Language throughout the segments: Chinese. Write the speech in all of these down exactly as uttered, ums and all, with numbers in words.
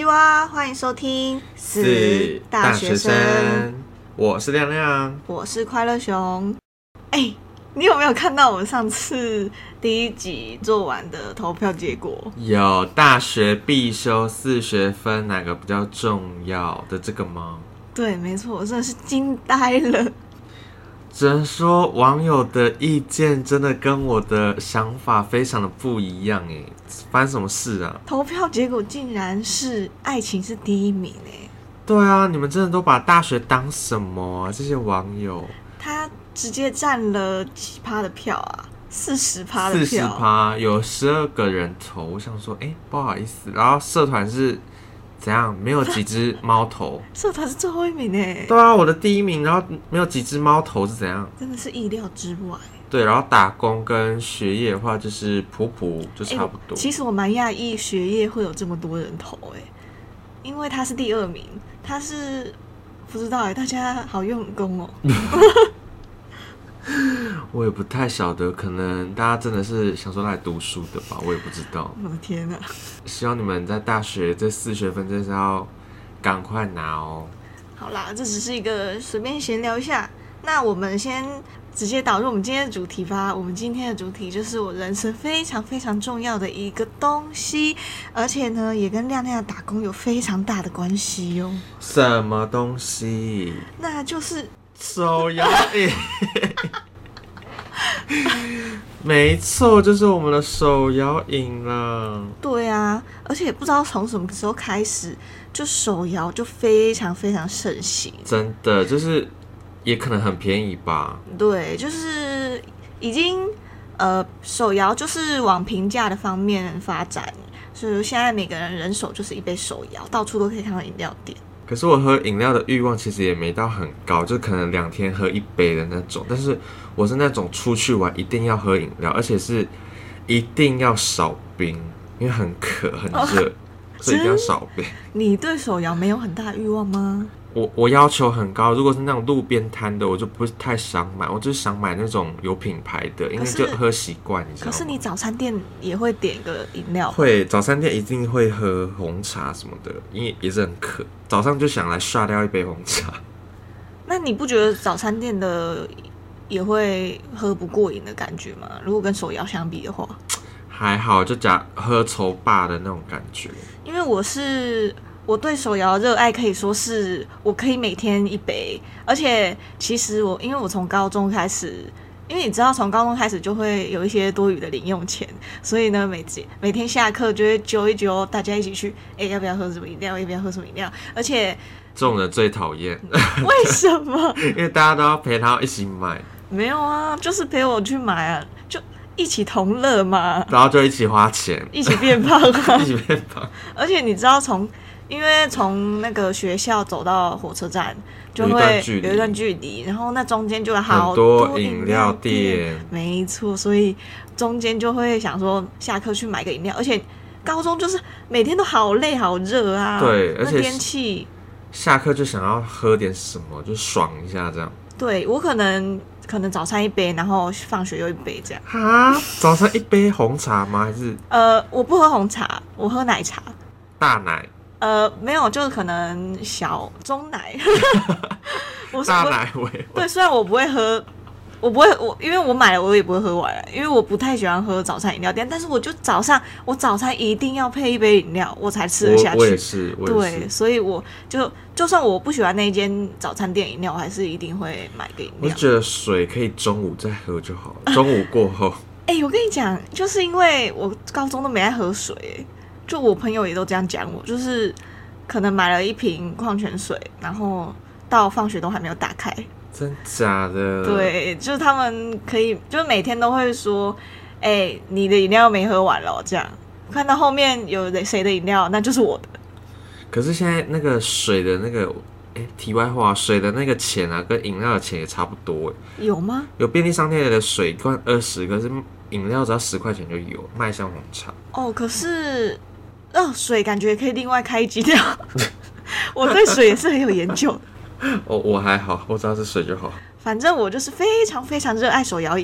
哇，欢迎收听是大学生，我是亮亮， 我是快乐熊。哎、欸，你有没有看到我上次第一集做完的投票结果？ 有大学必修四学分哪个比较重要的这个吗？ 对，没错，我真的是惊呆了。 只能说网友的意见真的跟我的想法非常的不一样哎，发生什么事啊？ 投票结果竟然是爱情是第一名哎！ 对啊，你们真的都把大学当什么啊？这些网友， 他直接占了几趴的票啊？四十趴的票， 四十趴，有十二个人投。我想说，哎、欸，不好意思，然后社团是。怎样？没有几只猫头？ 社团是最后一名哎。 对啊，我的第一名，然后没有几只猫头是怎样？ 真的是意料之外。 对，然后打工跟学业的话，就是普普就差不多。 欸、其实我蛮讶异学业会有这么多人投哎，因为他是第二名，他是不知道哎，大家好用功哦。 我也不太晓得，可能大家真的是想说来读书的吧，我也不知道。 我的天哪！ 希望你们在大学这四学分真是要赶快拿哦。 好啦，这只是一个随便闲聊一下。那我们先直接导入我们今天的主题吧。我们今天的主题就是我人生非常非常重要的一个东西，而且呢，也跟亮亮的打工有非常大的关系哦。 什么东西？ 那就是手摇饮。没错，就是我们的手摇饮啦。 对啊，而且不知道从什么时候开始，就手摇就非常非常盛行。 真的，就是也可能很便宜吧。 对，就是已经呃，手摇就是往平价的方面发展，所以现在每个人人手就是一杯手摇，到处都可以看到饮料店。 可是我喝饮料的欲望其实也没到很高，就可能两天喝一杯的那种。但是我是那种出去玩一定要喝饮料，而且是一定要少冰，因为很渴很热、哦，所以一定要少冰。 你对手摇没有很大欲望吗？ 我我要求很高，如果是那种路边摊的，我就不是太想买，我就是想买那种有品牌的，因为就喝习惯，你知道吗？ 可是你早餐店也会点一个饮料？ 会，早餐店一定会喝红茶什么的，因为也是很渴，早上就想来刷掉一杯红茶。 那你不觉得早餐店的也会喝不过瘾的感觉吗？如果跟手摇相比的话， 还好，就假喝稠霸的那种感觉。 因为我是。我对手摇热爱可以说是我可以每天一杯，而且其实我因为我从高中开始，因为你知道从高中开始就会有一些多余的零用钱，所以呢每每天下课就会揪一揪大家一起去，哎、欸、要不要喝什么饮料？要不要喝什么饮料？而且这种人最讨厌， 为什么？ 因为大家都要陪他一起买。 没有啊，就是陪我去买啊，就一起同乐嘛， 然后就一起花钱， 一起变胖、啊， 一起变胖。 而且你知道从。因为从那个学校走到火车站就会有一段距离，然后那中间就有好多饮料店，没错，所以中间就会想说下课去买个饮料，而且高中就是每天都好累好热啊， 对，而且天气下课就想要喝点什么，就爽一下这样。 对，我可能可能早餐一杯，然后放学又一杯这样。 哈，早上一杯红茶吗？还是呃，我不喝红茶，我喝奶茶， 大奶。 呃，没有，就是可能小中奶， 我大奶味。 对，虽然我不会喝，我不会，我因为我买了我也不会喝完，因为我不太喜欢喝早餐饮料店，但是我就早上我早餐一定要配一杯饮料，我才吃得下去。 我, 我也是，我也是。 对，所以我就就算我不喜欢那間早餐店饮料，我还是一定会买个饮料。 我觉得水可以中午再喝就好了，中午过后。 哎、欸，我跟你讲，就是因为我高中都没爱喝水、欸。就我朋友也都这样讲我，就是可能买了一瓶矿泉水，然后到放学都还没有打开。 真假的？ 对，就是他们可以，就是每天都会说，哎、欸，你的饮料没喝完了，这样看到后面有谁的饮料，那就是我的。 可是现在那个水的那个，哎、欸，题外话，水的那个钱啊，跟饮料的钱也差不多。 有吗？ 有便利商店的水罐二十，可是饮料只要十块钱就有，麦香红茶。 哦，可是。哦，水感觉可以另外开一集掉。我对水也是很有研究的。 哦，我还好，我只要是水就好。 反正我就是非常非常热爱手摇饮，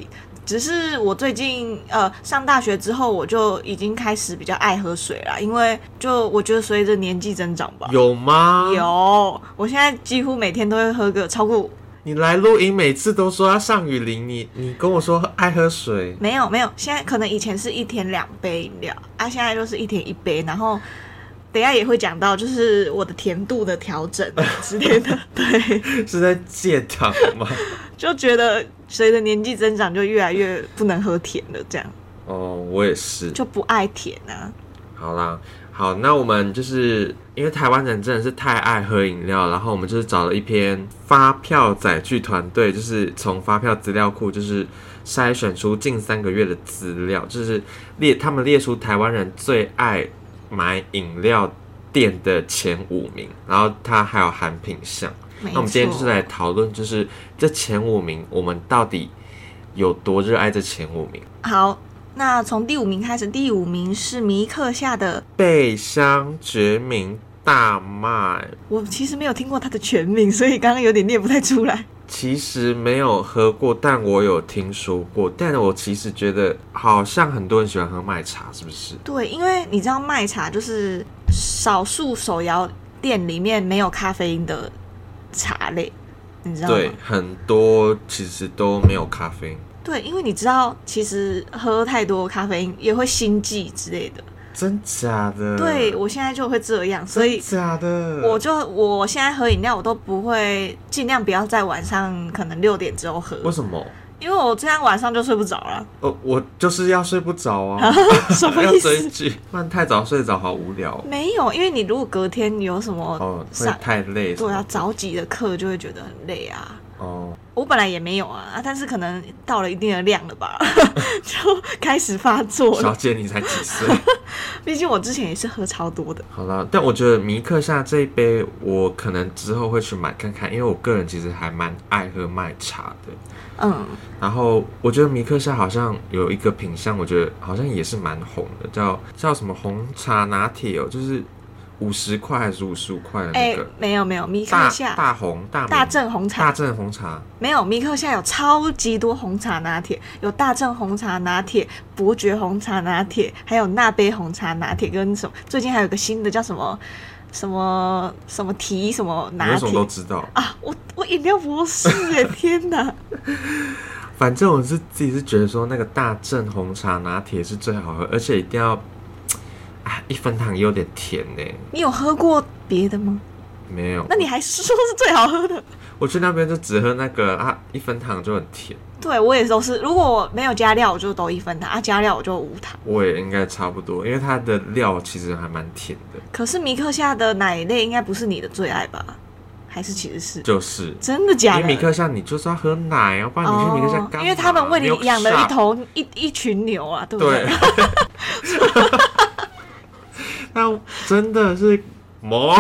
只是我最近呃上大学之后，我就已经开始比较爱喝水啦，因为就我觉得随着年纪增长吧。 有吗？ 有，我现在几乎每天都会喝个超过。 你来录音每次都说要上雨林，你你跟我说爱喝水。 没有没有，现在可能以前是一天两杯饮料啊，现在就是一天一杯，然后等一下也会讲到就是我的甜度的调整之类的。对， 是在戒糖吗？ 就觉得随着年纪增长就越来越不能喝甜了，这样。 哦，我也是， 就不爱甜啊。 好啦，好，那我们就是因为台湾人真的是太爱喝饮料，然后我们就是找了一篇发票载具团队，就是从发票资料库就是筛选出近三个月的资料，就是列他们列出台湾人最爱买饮料店的前五名，然后它还有含品项。那我们今天就是来讨论，就是这前五名我们到底有多热爱这前五名。 好。那从第五名开始，第五名是迷客夏的倍香决明大麦。 我其实没有听过它的全名，所以刚刚有点念不太出来。 其实没有喝过，但我有听说过。但我其实觉得好像很多人喜欢喝麦茶，是不是？ 对，因为你知道麦茶就是少数手摇店里面没有咖啡因的茶类，你知道吗？ 对，很多其实都没有咖啡因。 对，因为你知道，其实喝太多咖啡因也会心悸之类的。 真假的？ 对，我现在就会这样，所以真假的， 我就我现在喝饮料，我都不会尽量不要在晚上可能六点之后喝。 为什么？ 因为我这样晚上就睡不着了。 哦，我就是要睡不着啊， 什么意思？ 要追剧，不然太早睡着好无聊。 没有，因为你如果隔天有什么哦，会太累。 对啊，早起的课就会觉得很累啊。 哦， 我本来也没有啊，啊但是可能到了一定的量了吧，就开始发作了。 小姐，你才几岁？ 毕竟我之前也是喝超多的。 好了，但我觉得迷客夏这一杯，我可能之后会去买看看，因为我个人其实还蛮爱喝麦茶的。 嗯， 然后我觉得迷客夏好像有一个品项，我觉得好像也是蛮红的，叫叫什么红茶拿铁哦，就是五十块还是五十五块的那个？ 欸、没有没有，迷客夏大红大大正红茶， 大正红茶没有，迷客夏有超级多红茶拿铁，有大正红茶拿铁、伯爵红茶拿铁，还有那杯红茶拿铁，跟什么？最近还有个新的叫什么？什么什么提什么拿铁， 你为什么都知道啊？我我饮料博士哎，天哪！ 反正我是自己是觉得说那个大正红茶拿铁是最好喝，而且一定要，啊，一分糖有点甜呢。 你有喝过别的吗？ 没有。 那你还说是最好喝的？ 我去那边就只喝那个啊，一分糖就很甜。 对，我也都是，如果我没有加料，我就都一分糖啊；加料我就无糖。 我也应该差不多，因为它的料其实还蛮甜的。 可是迷客夏的奶类应该不是你的最爱吧？还是其实是？ 就是真的假的？ 因为迷客夏你就是要喝奶啊，不然你去迷客夏干嘛？ 因为他们为你养了一头一一群牛啊，对不对？ 对。那真的是毛。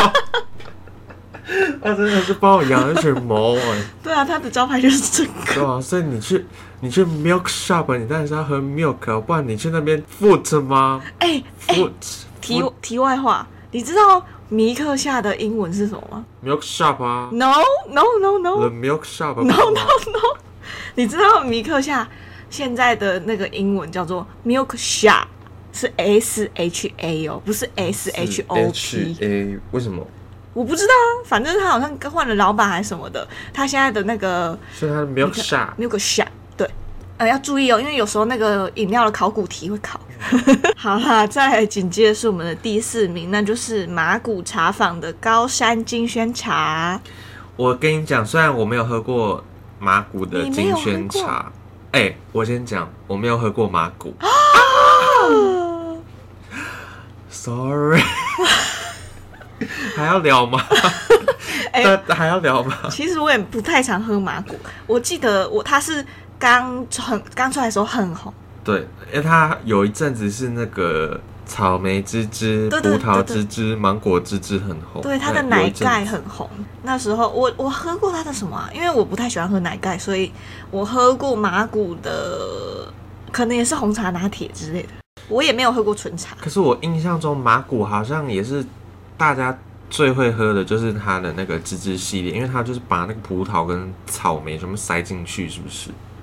他真的是帮我养了一群猫哎！ 对啊，他的招牌就是这个。 对啊，所以你去你去 milk shop， 你当然是要喝 milk， 不然你去那边 foot 吗？ 哎、欸、，foot、欸。题题外话，你知道迷客夏的英文是什么吗 ？milk shop 啊 ？No no no no。The milk shop。 No no no。你知道迷客夏现在的那个英文叫做 milk shop， 是 S H A 哦，不是 S H O P。 A 为什么？ 我不知道啊，反正他好像换了老板还是什么的。他现在的那个， 所以他的 milk shop milk shop 对，呃，要注意哦，因为有时候那个饮料的考古题会考。好啦，再来紧接着是我们的第四名，那就是马古茶坊的高山金萱茶。 我跟你讲，虽然我没有喝过马古的金萱茶，哎、欸，我先讲，我没有喝过马古。啊 Sorry。还要聊吗？哎、欸，还要聊吗？ 其实我也不太常喝马古，我记得我它是刚很刚出来的时候很红。 对，因为它有一阵子是那个草莓汁汁、葡萄汁汁、芒果汁汁很红。 对，它的奶盖很红。那时候我我喝过它的什么、啊？因为我不太喜欢喝奶盖，所以我喝过马古的，可能也是红茶拿铁之类的。我也没有喝过纯茶。 可是我印象中马古好像也是。大家最会喝的就是它的那个芝芝系列，因为它就是把那个葡萄跟草莓全部塞进去，是不是？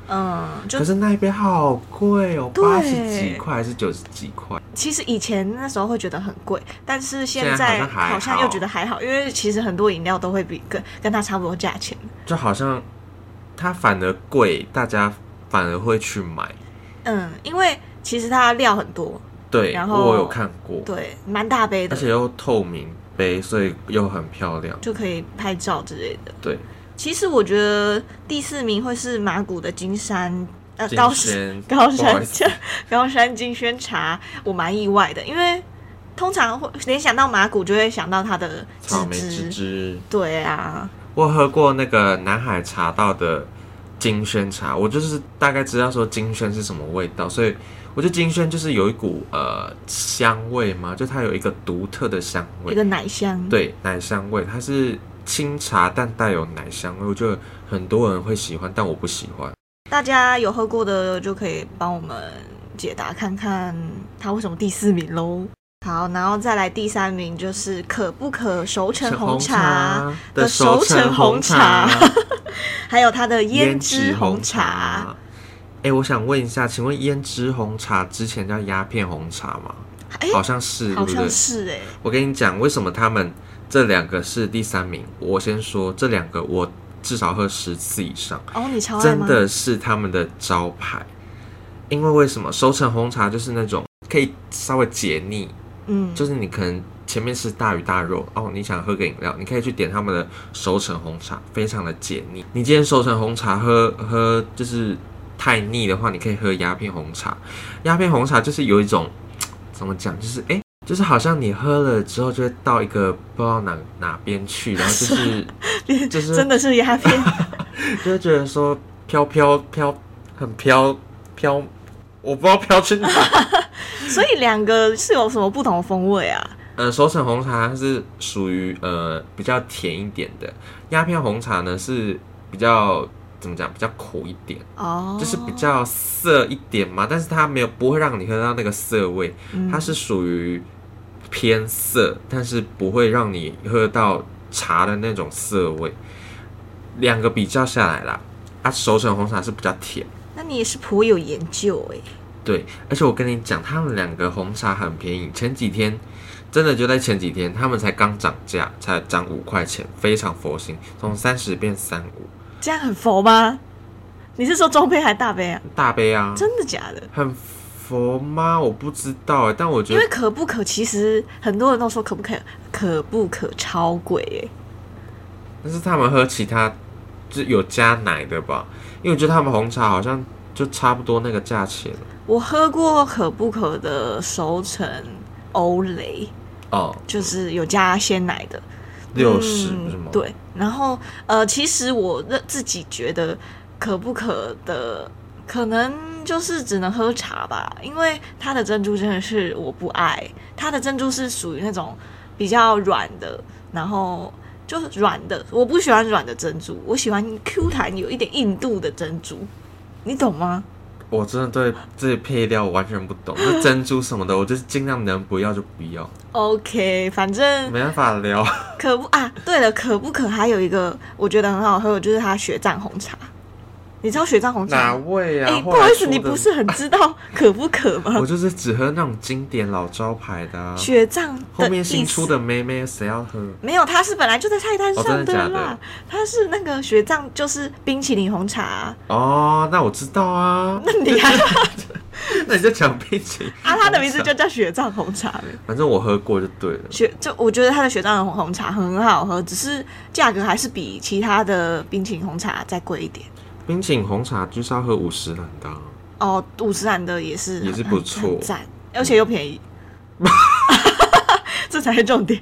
嗯，就可是那一杯好贵哦， 对八十几块还是九十几块？ 其实以前那时候会觉得很贵，但是现现在在好像还好好像又觉得还好，因为其实很多饮料都会比跟跟它差不多价钱。 就好像它反而贵，大家反而会去买。 嗯，因为其实它料很多， 对， 然后我有看过， 对，蛮大杯的， 而且又透明杯，所以又很漂亮， 就可以拍照之类的。 对。 其实我觉得第四名会是马古的金山。呃， 金高萱高不好意思山高山金萱茶，我蛮意外的，因为通常会联想到马古，就会想到它的草莓芝芝芝。 对啊， 我喝过那个南海茶道的金萱茶，我就是大概知道说金萱是什么味道，所以我觉得金萱就是有一股呃香味嘛，就它有一个独特的香味， 一个奶香， 对，奶香味，它是清茶但带有奶香味，我觉得很多人会喜欢，但我不喜欢。 大家有喝过的就可以帮我们解答看看它为什么第四名咯。好，然后再来第三名就是可不可熟成红茶的熟成红茶，还有它的胭脂红茶。 哎，我想问一下，请问胭脂红茶之前叫鸦片红茶吗？好像是， 好像是哎、欸。 我跟你讲，为什么他们这两个是第三名？我先说，这两个我至少喝十次以上。 哦，你超爱吗？ 真的是他们的招牌。因为为什么熟成红茶就是那种可以稍微解腻，嗯，就是你可能前面是大鱼大肉哦，你想喝个饮料，你可以去点他们的熟成红茶，非常的解腻。你今天熟成红茶喝喝就是太腻的话，你可以喝鸦片红茶。鸦片红茶就是有一种怎么讲，就是哎。就是好像你喝了之后就会到一个不知道哪哪边去，然后就是就是真的是鸦片， 就会觉得说飘飘飘很飘飘，我不知道飘去哪。 所以两个是有什么不同的风味啊？ 呃，熟成红茶它是属于呃比较甜一点的，鸦片红茶呢是比较怎么讲，比较苦一点哦，就是比较涩一点嘛，但是它没有不会让你喝到那个涩味，嗯、它是属于偏涩，但是不会让你喝到茶的那种涩味。两个比较下来啦，啊，熟成红茶是比较甜。 那你也是颇有研究哎。 对，而且我跟你讲，他们两个红茶很便宜，前几天真的就在前几天，他们才刚涨价，才涨五块钱，非常佛心，从三十变三五。 这样很佛吗？你是说中杯还是大杯啊？ 大杯啊。 真的假的？ 很佛吗？我不知道哎，但我觉得因为可不可其实很多人都说可不可可不可超贵哎。 但是他们喝其他就有加奶的吧？因为我觉得他们红茶好像就差不多那个价钱。 我喝过可不可的熟成欧蕾哦，就是有加鲜奶的。 六十是吗？ 对，然后呃，其实我自己觉得可不可的可能就是只能喝茶吧，因为它的珍珠真的是我不爱，它的珍珠是属于那种比较软的，然后就是软的，我不喜欢软的珍珠，我喜欢 Q 弹有一点硬度的珍珠，你懂吗？ 我真的对这些配料完全不懂，那珍珠什么的，我就是尽量能不要就不要。 OK， 反正没办法聊。 可不啊，对了，可不可还有一个我觉得很好喝，就是它雪藏红茶。你知道雪藏红茶哪位啊？ 哎、欸，不好意思，你不是很知道可不可吗？ 我就是只喝那种经典老招牌的、啊。 雪藏后面新出的妹妹谁要喝？ 没有，它是本来就在菜单上的啦。哦、 真的假的？ 它是那个雪藏，就是冰淇淋红茶、啊。 哦，那我知道啊。 那你还那你就讲冰淇淋啊？它的名字就叫雪藏红茶。 反正我喝过就对了。 雪就我觉得它的雪藏红茶很好喝，只是价格还是比其他的冰淇淋红茶再贵一点。 冰淇淋红茶就是要喝五十兰的、啊、 哦，五十兰的也是也是不错， 赞，而且又便宜，嗯、这才是重点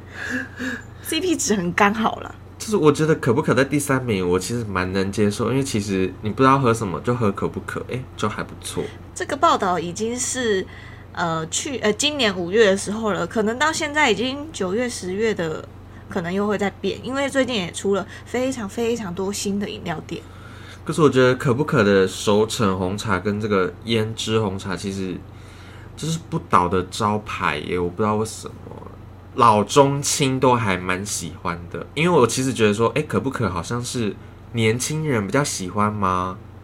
，C P 值很刚好啦。 就是我觉得可不可在第三名，我其实蛮能接受，因为其实你不知道喝什么就喝可不可，哎、欸，就还不错。 这个报道已经是呃去呃今年五月的时候了，可能到现在已经九月十月的，可能又会再变，因为最近也出了非常非常多新的饮料店。 可是我觉得可不可的熟成红茶跟这个胭脂红茶其实就是不倒的招牌耶，我不知道为什么老中青都还蛮喜欢的，因为我其实觉得说，哎，可不可好像是年轻人比较喜欢吗？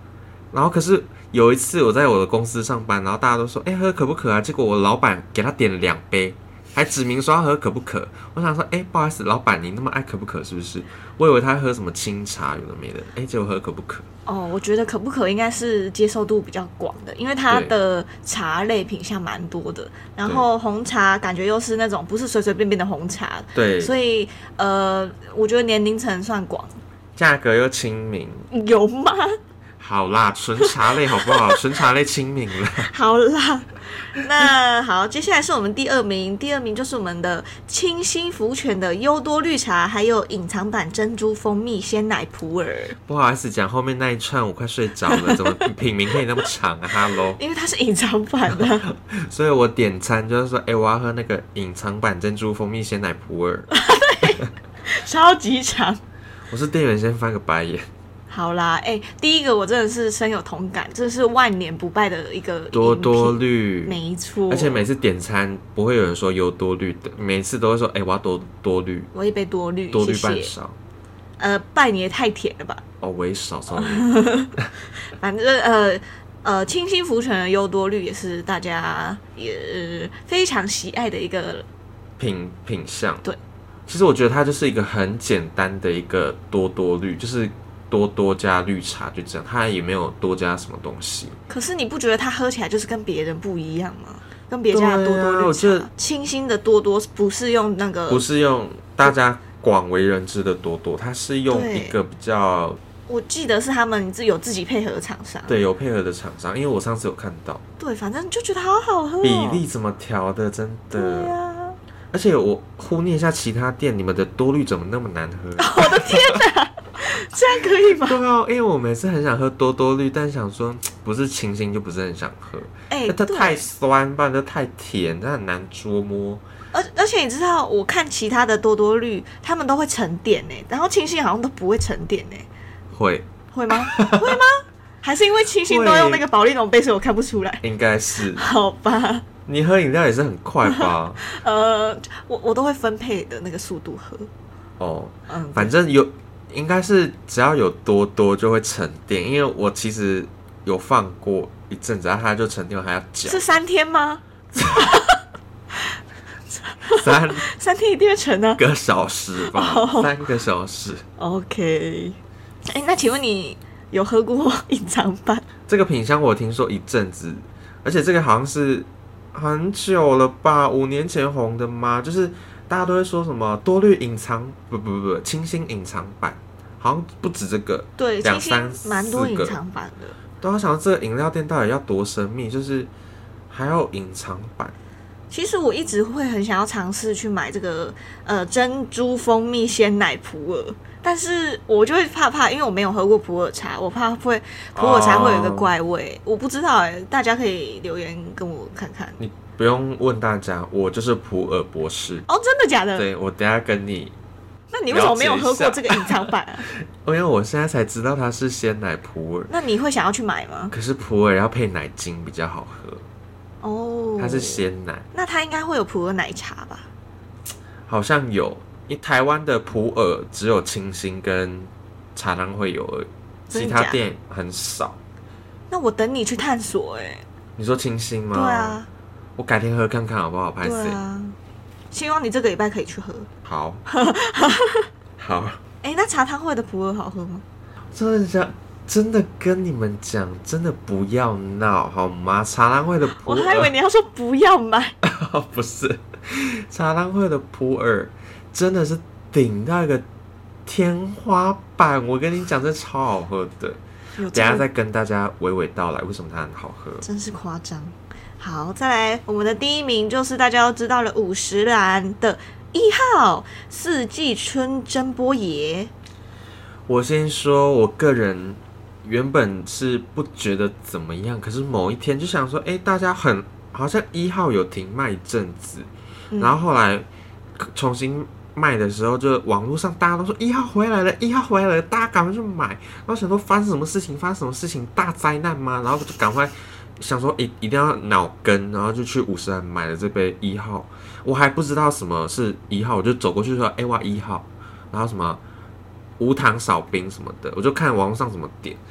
然后可是有一次我在我的公司上班，然后大家都说，哎、欸，喝可不可啊？结果我老板给他点了两杯，还指明说要喝可不可。我想说，哎、欸，不好意思，老板你那么爱可不可是不是？我以为他喝什么清茶有的没的，哎、欸，结果喝可不可。 哦，我觉得可不可应该是接受度比较广的，因为它的茶类品项蛮多的，然后红茶感觉又是那种不是随随便便的红茶， 对， 所以呃，我觉得年龄层算广， 价格又亲民， 有吗？ 好啦，纯茶类好不好？纯茶类亲民了。 好啦，那好，接下来是我们第二名，第二名就是我们的清新福泉的优多绿茶，还有隐藏版珍珠蜂蜜鲜奶普洱。 不好意思，讲后面那一串我快睡着了，怎么品名可以那么长啊 ？Hello， 因为它是隐藏版的， 所以我点餐就是说，哎、欸，我要喝那个隐藏版珍珠蜂蜜鲜奶普洱。 对，超级长。 我是店员，先翻个白眼。 好啦，哎、欸，第一个我真的是深有同感，这是万年不败的一个多多绿， 没错。 而且每次点餐不会有人说优多绿的，每次都会说，哎、欸，我要多多绿， 我一杯多绿， 多绿谢谢半勺。 呃，半你也太甜了吧？ 哦，我也少，sorry。 反正呃呃，清新福泉的优多绿也是大家也非常喜爱的一个品品项。 对， 其实我觉得它就是一个很简单的一个多多绿，就是多多加绿茶就这样，它也没有多加什么东西。 可是你不觉得它喝起来就是跟别人不一样吗？跟别家的多多绿茶，啊、清新的多多不是用那个， 不是用大家广为人知的多多，它是用一个比较， 我记得是他们有自己配合的厂商， 对，有配合的厂商，因为我上次有看到， 对，反正就觉得好好喝、哦， 比例怎么调的，真的， 对啊。 而且我忽略一下其他店，你们的多绿怎么那么难喝？ 我的天哪！这样可以吗？ 对啊，因为我每次很想喝多多绿，但想说不是清新就不是很想喝。哎、欸，它太酸，不然就太甜，它很难捉摸。 而而且你知道，我看其他的多多绿，他们都会沉淀呢，然后清新好像都不会沉淀呢。 会会吗？会吗？还是因为清新都用那个保丽龙杯，所以我看不出来？ 应该是。 好吧。 你喝饮料也是很快吧？ 呃，我我都会分配的那个速度喝。 哦，嗯，反正有。应该是只要有多多就会沉淀，因为我其实有放过一阵子，然后它就沉淀，还要搅。 是三天吗？ 三三天一定会沉啊？ 个小时吧， oh. 三个小时。 OK， 哎、欸，那请问你有喝过隐藏版？ 这个品香我听说一阵子，而且这个好像是很久了吧，五年前红的吗？就是大家都会说什么多绿隐藏，不不不，清新隐藏版。好像不止这个， 对， 两三蛮多隐藏版的。 都要想这个饮料店到底要多神秘，就是还要隐藏版。 其实我一直会很想要尝试去买这个呃珍珠蜂蜜鲜奶普洱，但是我就会怕怕，因为我没有喝过普洱茶，我怕会普洱茶会有一个怪味，哦、我不知道哎、欸，大家可以留言跟我看看。 你不用问大家，我就是普洱博士。 哦，真的假的？ 对，我等一下跟你。 那你为什么没有喝过这个隐藏版啊？ 因为我现在才知道它是鲜奶普洱。 那你会想要去买吗？ 可是普洱要配奶精比较好喝。哦，它是鲜奶。 那它应该会有普洱奶茶吧？ 好像有，因为台湾的普洱只有清新跟茶汤会有而已，其他店很少。 那我等你去探索哎、欸。 你说清新吗？ 对啊。 我改天喝看看好不好？拍谁？ 希望你这个礼拜可以去喝。 好，好。 哎、欸，那茶汤会的普洱好喝吗？ 真的讲，真的跟你们讲，真的不要闹好吗？茶汤会的普洱， 我还以为你要说不要买。 不是，茶汤会的普洱真的是顶到一个天花板。我跟你讲，这超好喝的。等一下再跟大家娓娓道来为什么它很好喝。 真是夸张。好，再来，我们的第一名就是大家都知道了五十岚的一号四季春珍波爷。 我先说，我个人原本是不觉得怎么样，可是某一天就想说，哎、欸，大家很好像一号有停卖一阵子、嗯，然后后来重新卖的时候，就网络上大家都说一号回来了，一号回来了，大家赶快去买。然后想说发生什么事情？发生什么事情？大灾难吗？然后就赶快。想说一一定要脑跟，然后就去五十岚买了这杯一号，我还不知道什么是一号，我就走过去说，哎、欸，哇一号，然后什么无糖少冰什么的，我就看网络上怎么点，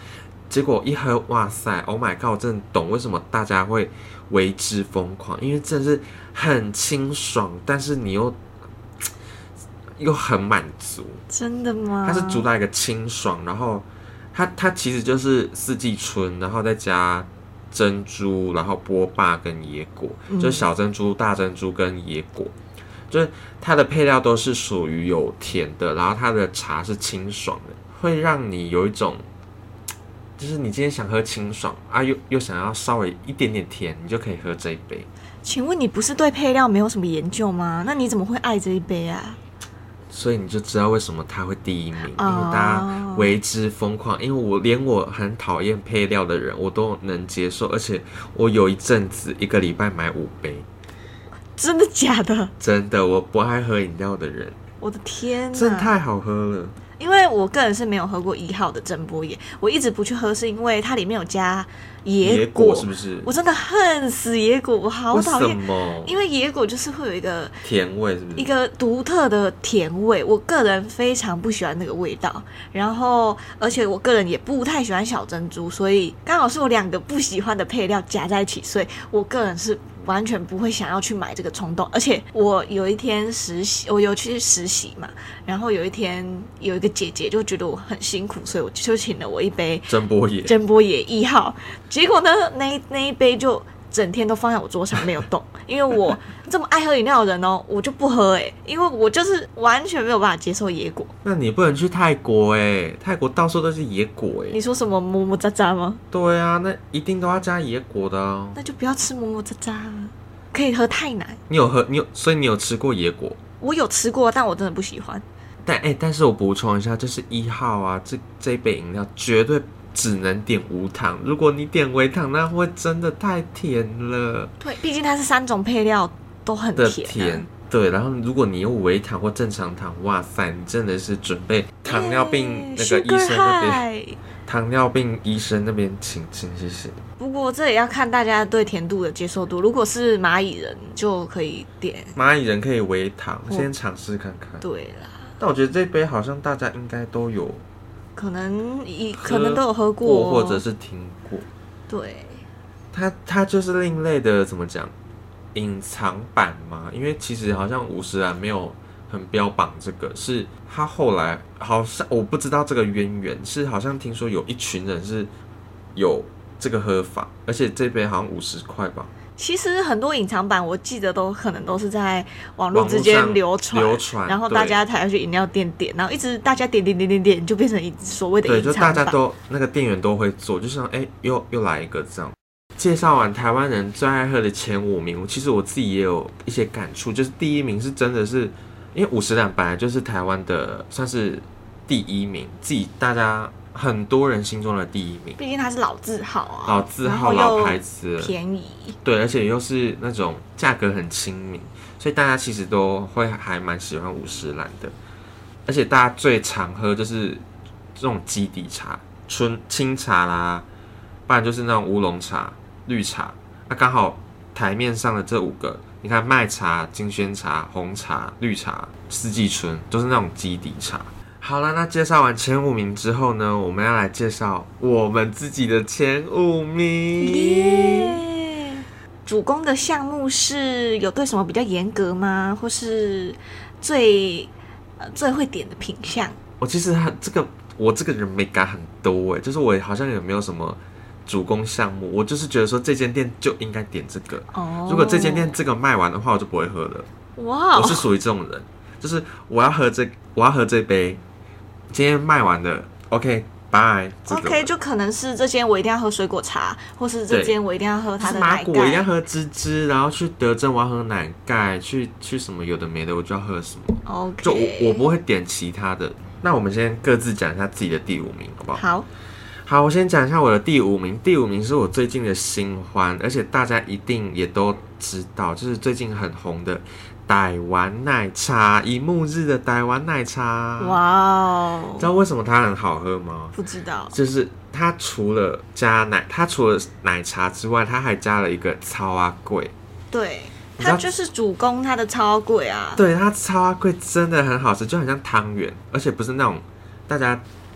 结果一喝，哇塞 ，Oh my god！我真的懂为什么大家会为之疯狂，因为真的是很清爽，但是你又又很满足。 真的吗？ 它是主打一个清爽，然后它它其实就是四季春，然后再加珍珠，然后波霸跟椰果，嗯、就是小珍珠、大珍珠跟椰果，就是它的配料都是属于有甜的，然后它的茶是清爽的，会让你有一种。就是你今天想喝清爽啊，又又想要稍微一点点甜，你就可以喝这一杯。 请问你不是对配料没有什么研究吗？那你怎么会爱这一杯啊？ 所以你就知道为什么它会第一名，因为大家为之疯狂。因为我连我很讨厌配料的人，我都能接受，而且我有一阵子一个礼拜买五杯。 真的假的？ 真的，我不爱喝饮料的人。 我的天哪， 真的太好喝了。 因为我个人是没有喝过一号的珍波椰，我一直不去喝，是因为它里面有加椰果， 椰果是不是？ 我真的恨死椰果，我好讨厌。 为什么？ 因为椰果就是会有一个甜味，是不是？ 一个独特的甜味，我个人非常不喜欢那个味道。然后，而且我个人也不太喜欢小珍珠，所以刚好是我两个不喜欢的配料加在一起，所以我个人是完全不会想要去买这个冲动。而且我有一天实习，我有去实习嘛，然后有一天有一个姐姐就觉得我很辛苦，所以我就请了我一杯珍波椰， 珍波椰一号。结果呢，那那一杯就整天都放在我桌上没有动，因为我这么爱喝饮料的人哦，我就不喝哎、欸，因为我就是完全没有办法接受椰果。 那你不能去泰国哎、欸，泰国到处都是椰果哎、欸。 你说什么么么喳喳吗？ 对啊，那一定都要加椰果的哦。 那就不要吃么么喳喳，可以喝泰奶。 你有喝？你有？所以你有吃过椰果？ 我有吃过，但我真的不喜欢。 但哎、欸，但是我补充一下，就是一号啊，这这一杯饮料绝对只能点无糖，如果你点微糖，那会真的太甜了。 对，毕竟它是三种配料都很甜、啊。的甜， 对。然后如果你用微糖或正常糖，哇塞，你真的是准备糖尿病那个医生那边，欸、糖尿病医生那边请请谢谢。 不过这也要看大家对甜度的接受度，如果是蚂蚁人就可以点， 蚂蚁人可以微糖，先尝试看看。 对啦。 但我觉得这杯好像大家应该都有。 可能可能都有喝过、哦， 或者是听过。 对， 它它就是另类的，怎么讲？隐藏版嘛。因为其实好像五十岚没有很标榜这个，是他后来好像我不知道这个渊源，是好像听说有一群人是有这个喝法，而且这杯好像五十块吧。 其实很多隐藏版，我记得都可能都是在网络之间流传， 流传， 然后大家才要去饮料店点，然后一直大家点点点点点，就变成所谓的隐藏版。对，就大家都那个店员都会做，就像哎、欸，又又来一个这样。介绍完台湾人最爱喝的前五名，其实我自己也有一些感触，就是第一名是真的是，因为五十岚本来就是台湾的算是第一名，自己大家。很多人心中的第一名， 毕竟它是老字号啊， 老字号老牌子， 便宜， 对，而且又是那种价格很亲民，所以大家其实都会还蛮喜欢五十岚的。而且大家最常喝就是这种基底茶，纯清茶啦，不然就是那种乌龙茶、绿茶。那刚好台面上的这五个，你看麦茶、金萱茶、红茶、绿茶、四季春，都是那种基底茶。好了，那介绍完前五名之后呢，我们要来介绍我们自己的前五名。 耶！主攻的项目是有对什么比较严格吗？或是最、呃、最会点的品项？ 我其实他这个我这个人没敢很多哎，就是我好像也没有什么主攻项目，我就是觉得说这间店就应该点这个。哦。如果这间店这个卖完的话，我就不会喝了。哇！我是属于这种人，就是我要喝这我要喝这杯。今天卖完的 ，OK， 拜。 OK， 就可能是这间我一定要喝水果茶，或是这间我一定要喝它的奶盖。 麻果我一定要喝芝芝，然后去德珍我要喝奶盖，去去什么有的没的我就要喝什么。 OK， 就我我不会点其他的。那我们先各自讲一下自己的第五名，好不好？ 好。 好，我先讲一下我的第五名。第五名是我最近的新欢，而且大家一定也都知道，就是最近很红的。台湾奶茶，一幕日的台湾奶茶，哇哦！知道为什么它很好喝吗？ 不知道， 就是它除了加奶，它除了奶茶之外，它还加了一个草仔粿。 对，它就是主攻它的草仔粿啊。 对，它草仔粿真的很好吃，就很像汤圆，而且不是那种大家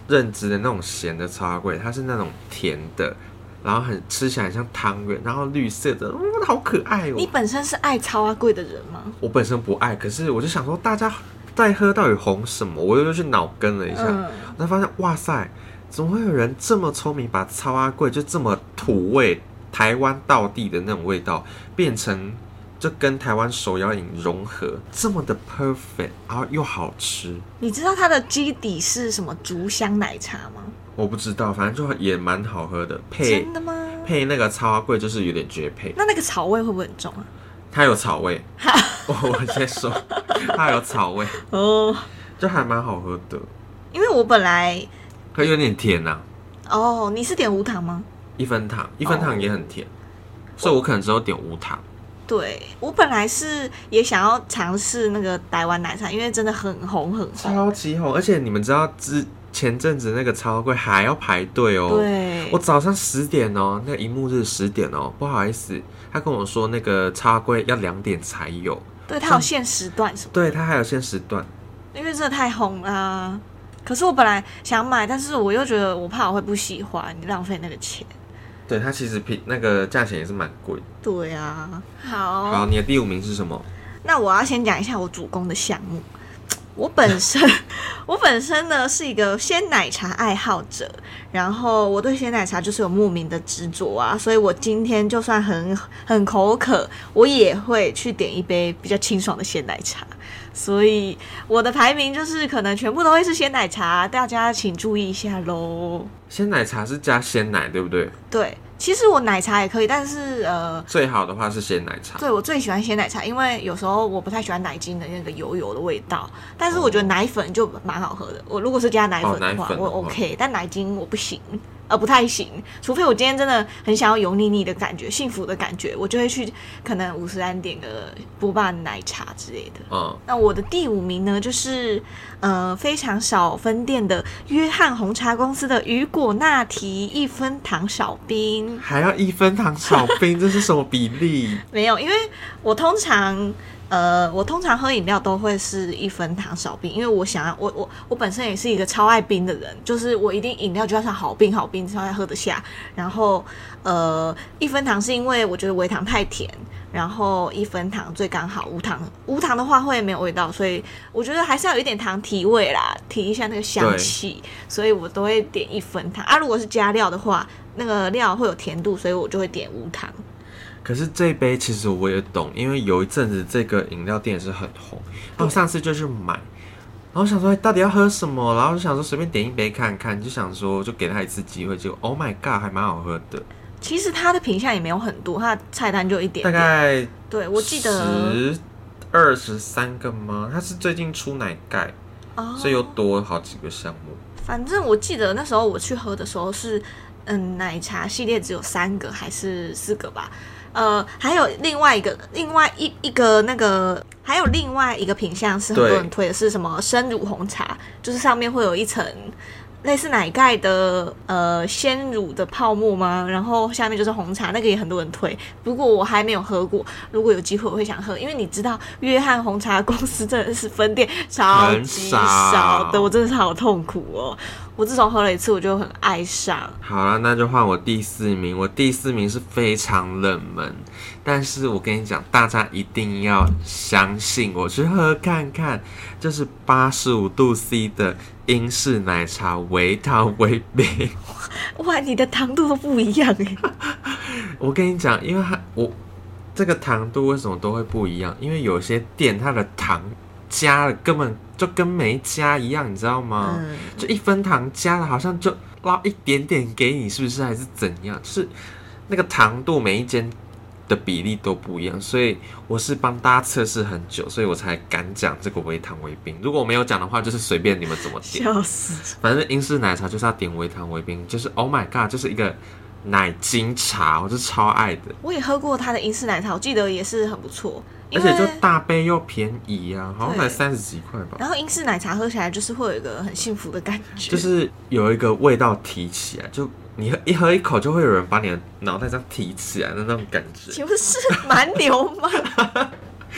认知的那种咸的超阿贵，它是那种甜的，然后很吃起来很像汤圆，然后绿色的，嗯，好可爱哦。 你本身是爱超阿贵的人吗？ 我本身不爱，可是我就想说，大家在喝到底红什么？我又去脑跟了一下，嗯、我才发现，哇塞，怎么会有人这么聪明，把超阿贵就这么土味、台湾道地的那种味道，变成就跟台湾手摇饮融合，这么的 perfect， 然后又好吃。 你知道它的基底是什么竹香奶茶吗？ 我不知道，反正就也蛮好喝的。配真的吗？ 配那个超阿贵就是有点绝配。 那那个草味会不会很重啊？ 它有草味，我我先说，它有草味哦，就还蛮好喝的。 因为我本来它有点甜呐、 啊。哦，你是点无糖吗？ 一分糖，一分糖也很甜，哦、所以我可能只有点无糖。 对，我本来是也想要尝试那个台湾奶茶，因为真的很红很红， 超级红，而且你们知道之前阵子那个超贵还要排队哦。 对， 我早上十点哦，那个荧幕日十点哦，不好意思。他跟我说那个超贵要两点才有， 对，他有限时段什么的？ 对，他还有限时段， 因为真的太红啦、啊。可是我本来想买，但是我又觉得我怕我会不喜欢，你浪费那个钱。 对，它其实平那个价钱也是蛮贵的。 对啊，好， 好，你的第五名是什么？ 那我要先讲一下我主攻的项目。我本身，我本身呢是一个鲜奶茶爱好者，然后我对鲜奶茶就是有莫名的执着啊，所以我今天就算很很口渴，我也会去点一杯比较清爽的鲜奶茶。所以我的排名就是可能全部都会是鲜奶茶，大家请注意一下咯。 鲜奶茶是加鲜奶，对不对？ 对。其实我奶茶也可以，但是呃， 最好的话是鲜奶茶。 对，我最喜欢鲜奶茶，因为有时候我不太喜欢奶精的那个油油的味道，但是我觉得奶粉就蛮好喝的。我如果是加奶粉的话，哦、的话我 OK， 但奶精我不行，呃，不太行。除非我今天真的很想要油腻腻的感觉、幸福的感觉，我就会去可能五十安点个波霸奶茶之类的。嗯，那我的第五名呢，就是呃非常少分店的约翰红茶公司的雨果拿提一分糖少冰。 还要一分糖少冰，这是什么比例？ 没有，因为我通常呃，我通常喝饮料都会是一分糖少冰，因为我想要我我我本身也是一个超爱冰的人，就是我一定饮料就要是好冰好冰才喝得下。然后呃，一分糖是因为我觉得微糖太甜，然后一分糖最刚好，无糖无糖的话会没有味道，所以我觉得还是要有一点糖提味啦，提一下那个香气，所以我都会点一分糖啊。如果是加料的话，那个料会有甜度，所以我就会点无糖。 可是这一杯其实我也懂，因为有一阵子这个饮料店也是很红，然后上次就去买，然后想说到底要喝什么，然后就想说随便点一杯看看，就想说就给他一次机会，结果 Oh my God 还蛮好喝的。 其实它的品项也没有很多，它的菜单就一点点， 大概对我记得十二十三个吗？它是最近出奶盖，哦、所以又多好几个项目。 反正我记得那时候我去喝的时候是，嗯，奶茶系列只有三个还是四个吧。呃，还有另外一个，另外一一个那个，还有另外一个品项是很多人推的，是什么生乳红茶，就是上面会有一层类似奶盖的呃鲜乳的泡沫吗？然后下面就是红茶，那个也很多人推，不过我还没有喝过，如果有机会我会想喝，因为你知道约翰红茶公司真的是分店超级少的，我真的是好痛苦哦。我自从喝了一次，我就很爱上。 好了，那就换我第四名。我第四名是非常冷门，但是我跟你讲，大家一定要相信我，去喝看看，就是八十五度 C 的英式奶茶，微糖微冰。 哇，你的糖度都不一样哎！ 我跟你讲，因为它我这个糖度为什么都会不一样？因为有些店它的糖加了根本就跟没加一样，你知道吗？嗯、就一分糖加了，好像就捞一点点给你，是不是？还是怎样？就是那个糖度每一间的比例都不一样，所以我是帮大家测试很久，所以我才敢讲这个微糖微冰。如果我没有讲的话，就是随便你们怎么点。 笑死！ 反正英式奶茶就是要点微糖微冰，就是 Oh my God， 就是一个奶精茶，我是超爱的。 我也喝过它的英式奶茶，我记得也是很不错。 而且就大杯又便宜啊，好像才三十几块吧。 然后英式奶茶喝起来就是会有一个很幸福的感觉， 就是有一个味道提起来，就你一喝一口就会有人把你的脑袋这样提起来的那种感觉。 请问是蛮牛吗？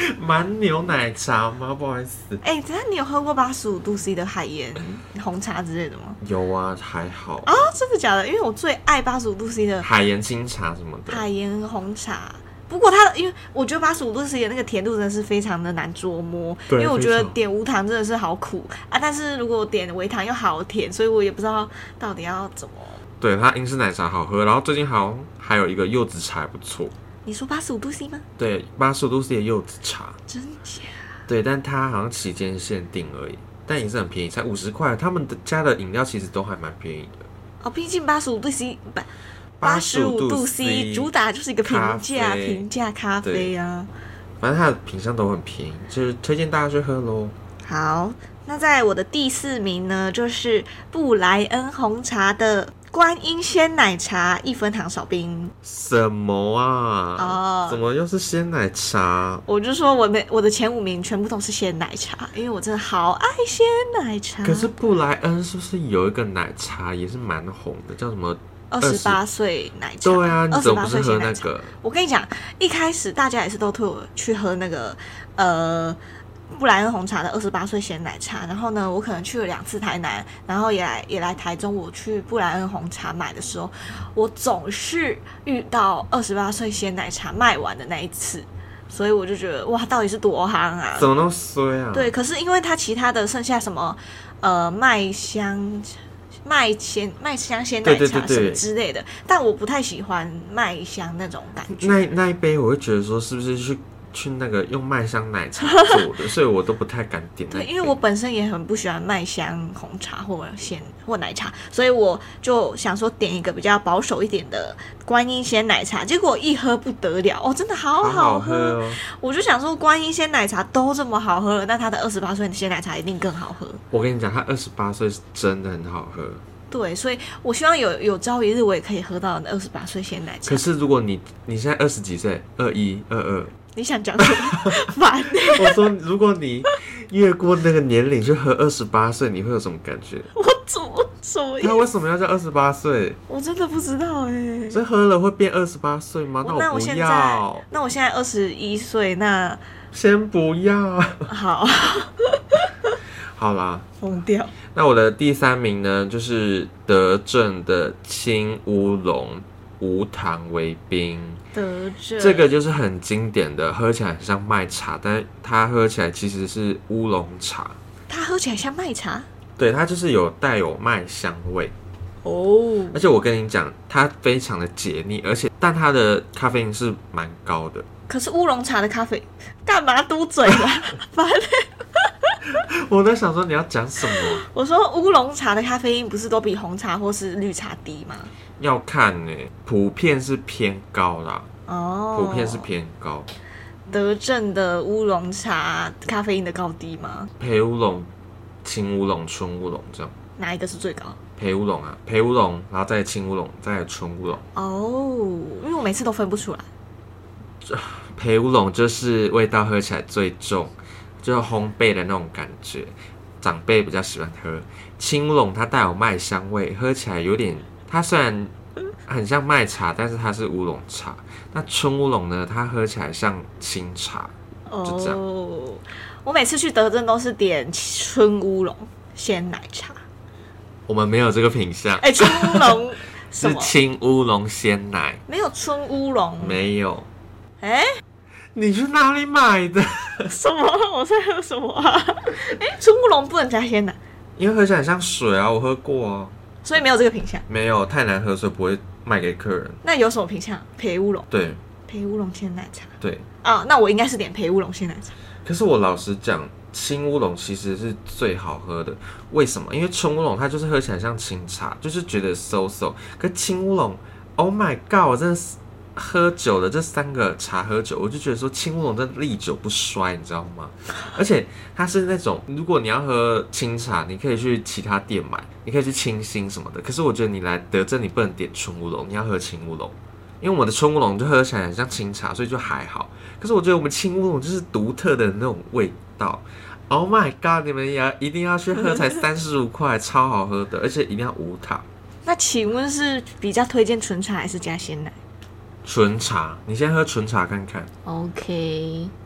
蛮牛奶茶吗？不好意思。 哎、欸，那你有喝过八十五度 C 的海盐红茶之类的吗？ 有啊，还好啊，真的假的？因为我最爱八十五度 C 的海盐清茶什么的。 海盐红茶。不过它，因为我觉得八十五度 C 的那个甜度真的是非常的难捉摸，因为我觉得点无糖真的是好苦啊，但是如果点微糖又好甜，所以我也不知道到底要怎么。 对，它英式奶茶好喝，然后最近好像还有一个柚子茶还不错。 你说八十五度 C 吗？对， 八十五度 C 的柚子茶。 真假？ 对，但它好像期间限定而已，但也是很便宜，才五十块。他们的家的饮料其实都还蛮便宜的。 哦，毕竟八十五度 C 不。八十五度 C 主打就是一个平价平价咖啡啊， 反正它的品相都很便宜，就是推荐大家去喝咯。 好，那在我的第四名呢，就是布莱恩红茶的观音鲜奶茶，一分糖少冰。 什么啊？哦，怎么又是鲜奶茶？ 我就说我的我的前五名全部都是鲜奶茶，因为我真的好爱鲜奶茶。 可是布莱恩是不是有一个奶茶也是蛮红的，叫什么？ 二十八岁奶茶， 对啊，你怎么不是喝那个？ 我跟你讲，一开始大家也是都推我去喝那个呃布莱恩红茶的二十八岁鲜奶茶，然后呢，我可能去了两次台南，然后也来也来台中，我去布莱恩红茶买的时候，我总是遇到二十八岁鲜奶茶卖完的那一次。所以我就觉得哇，到底是多夯啊！ 怎么那么衰啊？ 对，可是因为它其他的剩下什么呃麦香。麦鲜麦香鲜奶茶什么之类的，对对对，但我不太喜欢麦香那种感觉。 那那一杯我会觉得说，是不是去去那个用麦香奶茶做的，所以我都不太敢点那一杯。 对，因为我本身也很不喜欢麦香红茶或鲜或奶茶，所以我就想说点一个比较保守一点的观音鲜奶茶。结果一喝不得了哦，真的好好喝！ 好好喝哦， 我就想说，观音鲜奶茶都这么好喝了，那它的二十八岁的鲜奶茶一定更好喝。 我跟你讲，它二十八岁是真的很好喝。 对，所以我希望有有朝一日我也可以喝到二十八岁鲜奶茶。 可是如果你你现在二十几岁，二一、二二， 你想讲什么？烦！ 我说，如果你越过那个年龄去喝二十八岁，你会有什么感觉？ 我怎么什么意思？ 他为什么要叫二十八岁？ 我真的不知道哎、欸。 所以喝了会变二十八岁吗？那我不要。 那我现在二十一岁，那先不要。 好。 好啦， 疯掉。 那我的第三名呢，就是德政的青乌龙无糖微冰。 德政这个就是很经典的，喝起来很像麦茶，但它喝起来其实是乌龙茶。 它喝起来像麦茶？ 对，它就是有带有麦香味。 哦， 而且我跟你讲，它非常的解腻，而且但它的咖啡因是蛮高的。 可是乌龙茶的咖啡干嘛嘟嘴啦？烦欸。 我在想说你要讲什么？ 我说乌龙茶的咖啡因不是都比红茶或是绿茶低吗？ 要看呢、欸，普遍是偏高啦。哦，普遍是偏高。 德政的乌龙茶咖啡因的高低吗？ 焙乌龙、青乌龙、纯乌龙这样。 哪一个是最高？ 焙乌龙啊，焙乌龙，然后再青乌龙，再纯乌龙。 哦，因为我每次都分不出来。 焙乌龙就是味道喝起来最重。就是烘焙的那种感觉，长辈比较喜欢喝。青乌龙它带有麦香味，喝起来有点，它虽然很像麦茶，但是它是乌龙茶。那春乌龙呢，它喝起来像清茶，就这样。 哦，我每次去德政都是点春乌龙鲜奶茶。 我们没有这个品项。 哎、欸，春乌龙是青乌龙鲜奶， 没有春乌龙， 没有。 哎、欸。 你去哪里买的？ 什么？我在喝什么啊？哎、欸，春乌龙不能加鲜奶， 因为喝起来很像水啊，我喝过啊， 所以没有这个品项。 没有，太难喝，所以不会卖给客人。 那有什么品项？焙乌龙。 对， 焙乌龙鲜奶茶。 对啊，那我应该是点焙乌龙鲜奶茶。 可是我老实讲，青乌龙其实是最好喝的。为什么？因为春乌龙它就是喝起来像清茶，就是觉得 so so。可青乌龙 ，Oh my god， 我真的是。喝酒的这三个茶喝酒，我就觉得说青乌龙真的历久不衰，你知道吗？而且它是那种，如果你要喝清茶，你可以去其他店买，你可以去清新什么的。可是我觉得你来德政，你不能点春乌龙，你要喝青乌龙，因为我们的春乌龙就喝起来很像清茶，所以就还好。可是我觉得我们青乌龙就是独特的那种味道。Oh my god！ 你们也一定要去喝，才三十五块，超好喝的，而且一定要无糖。 那请问是比较推荐纯茶还是加鲜奶？ 纯茶，你先喝纯茶看看。 OK，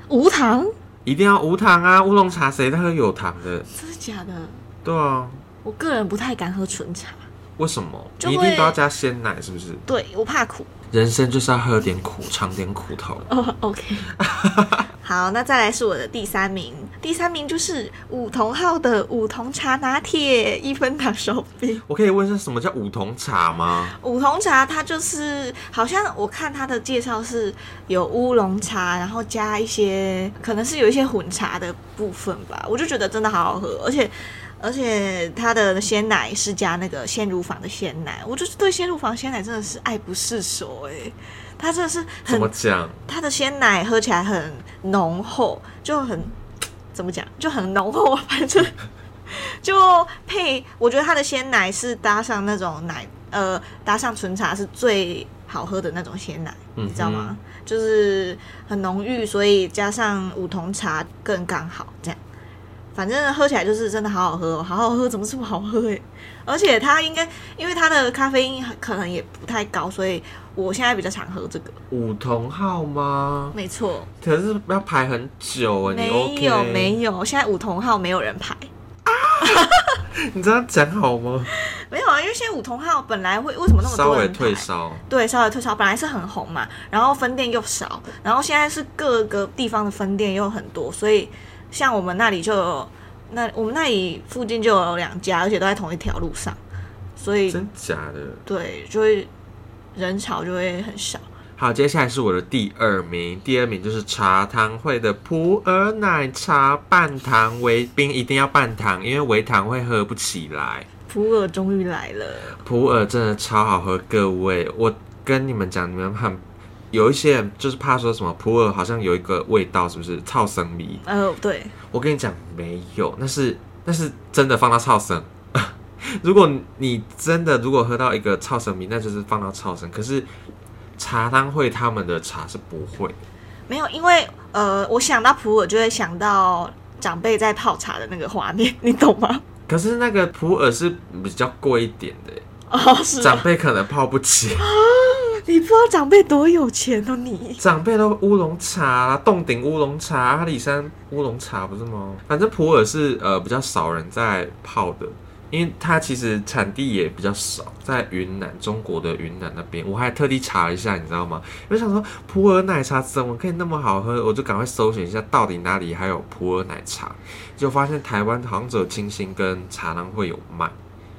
无糖？ 一定要无糖啊！乌龙茶谁在喝有糖的？ 真的假的？ 对啊， 我个人不太敢喝纯茶。 为什么？你一定都要加鲜奶是不是？ 对，我怕苦。 人生就是要喝点苦，尝点苦头。 哦、oh, ，OK 。好，那再来是我的第三名，第三名就是五桐号的五桐茶拿铁一分糖手冰。 我可以问一下什么叫五桐茶吗？ 五桐茶它就是好像我看它的介绍是有乌龙茶，然后加一些可能是有一些混茶的部分吧，我就觉得真的好好喝，而且。而且它的鲜奶是加那个鲜乳坊的鲜奶，我就是对鲜乳坊鲜奶真的是爱不释手哎、欸，它真的是很怎么讲？ 它的鲜奶喝起来很浓厚，就很怎么讲，就很浓厚，反正就配，我觉得它的鲜奶是搭上那种奶，呃，搭上纯茶是最好喝的那种鲜奶，嗯、你知道吗？就是很浓郁，所以加上五桐茶更刚好这样。反正喝起来就是真的好好喝哦，好好喝，怎么这么好喝哎？而且它应该因为它的咖啡因可能也不太高，所以我现在比较常喝这个。 五桐号吗？ 没错。 可是要排很久哎，你 OK？ 没有没有，现在五桐号没有人排。啊、 你这样讲好吗？ 没有啊，因为现在五桐号本来会为什么那么多人排？ 稍微退烧。对， 稍微退烧，本来是很红嘛，然后分店又少，然后现在是各个地方的分店又很多，所以。像我们那里就有，那我们那里附近就有两家，而且都在同一条路上，所以真假的， 对，就会人潮就会很少。 好，接下来是我的第二名，第二名就是茶汤会的普洱奶茶半糖微冰，一定要半糖，因为微糖会喝不起来。 普洱终于来了， 普洱真的超好喝，各位，我跟你们讲，你们很。有一些人就是怕说什么普洱好像有一个味道，是不是草生米？ 呃，对， 我跟你讲没有，那是那是真的放到草生。如果你真的如果喝到一个草生米，那就是放到草生。可是茶汤会他们的茶是不会， 没有，因为呃，我想到普洱就会想到长辈在泡茶的那个画面，你懂吗？ 可是那个普洱是比较贵一点的， 哦，是、啊、 长辈可能泡不起。 你不知道长辈多有钱哦，你长辈都乌龙茶啦，洞顶乌龙茶、阿里山乌龙茶不是吗？反正普洱是呃比较少人在泡的，因为它其实产地也比较少，在云南，中国的云南那边，我还特地查了一下，你知道吗？我想说普洱奶茶怎么可以那么好喝，我就赶快搜寻一下到底哪里还有普洱奶茶，就发现台湾好像只有清新跟茶汤会有卖。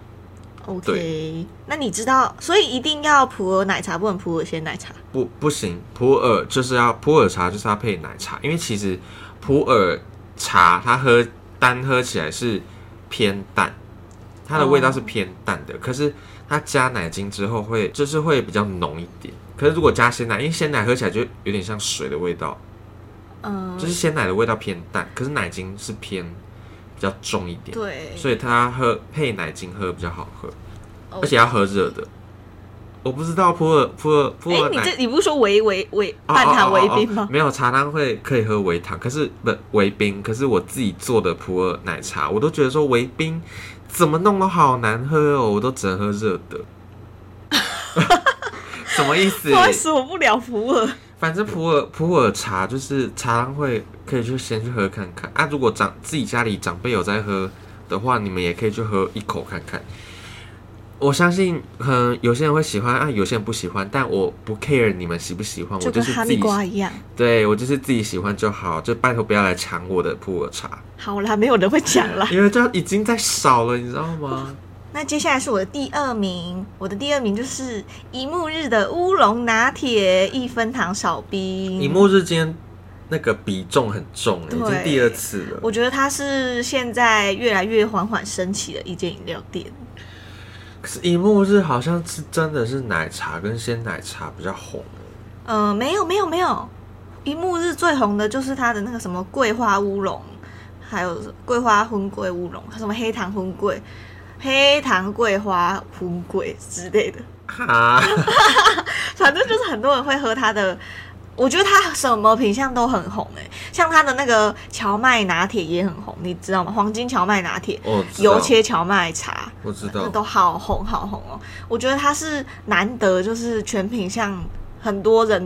OK， 那你知道，所以一定要普洱奶茶，不能普洱鲜奶茶。 不，不行，普洱就是要普洱茶就是要配奶茶，因为其实普洱茶它喝单喝起来是偏淡，它的味道是偏淡的，哦、可是它加奶精之后会就是会比较浓一点。可是如果加鲜奶，因为鲜奶喝起来就有点像水的味道，嗯，就是鲜奶的味道偏淡，可是奶精是偏。比较重一点， 对， 所以它喝配奶精喝比较好喝， okay. 而且要喝热的。我不知道普洱普洱普洱奶， 你这你不是说微微微半糖微冰吗？ 哦哦哦哦？没有，茶汤会可以喝微糖，可是不微冰。可是我自己做的普洱奶茶，我都觉得说微冰怎么弄都好难喝哦，我都只能喝热的。什么意思？ 不好意思，我不了普洱。 反正普洱普洱茶就是茶汤会可以去先去喝看看啊。如果长自己家里长辈有在喝的话，你们也可以去喝一口看看。我相信，嗯，有些人会喜欢啊，有些人不喜欢，但我不 care 你们喜不喜欢， 就跟哈密瓜一样。 对，我就是自己喜欢就好，就拜托不要来抢我的普洱茶。 好啦，没有人会抢啦， 因为这已经在少了，你知道吗？ 那接下来是我的第二名，我的第二名就是一沐日的乌龙拿铁一分糖少冰。 一沐日今天那个比重很重，已经第二次了。 我觉得它是现在越来越缓缓升起的一间饮料店。 可是一沐日好像是真的是奶茶跟鲜奶茶比较红。 呃，没有没有没有，一沐日最红的就是它的那个什么桂花乌龙，还有桂花荤桂乌龙，什么黑糖荤桂。黑糖桂花荤桂之类的，啊，反正就是很多人会喝它的，我觉得它什么品项都很红哎、欸，像它的那个荞麦拿铁也很红，你知道吗？黄金荞麦拿铁，油切荞麦茶， 我知道， 都好红好红哦。我觉得它是难得，就是全品项很多人都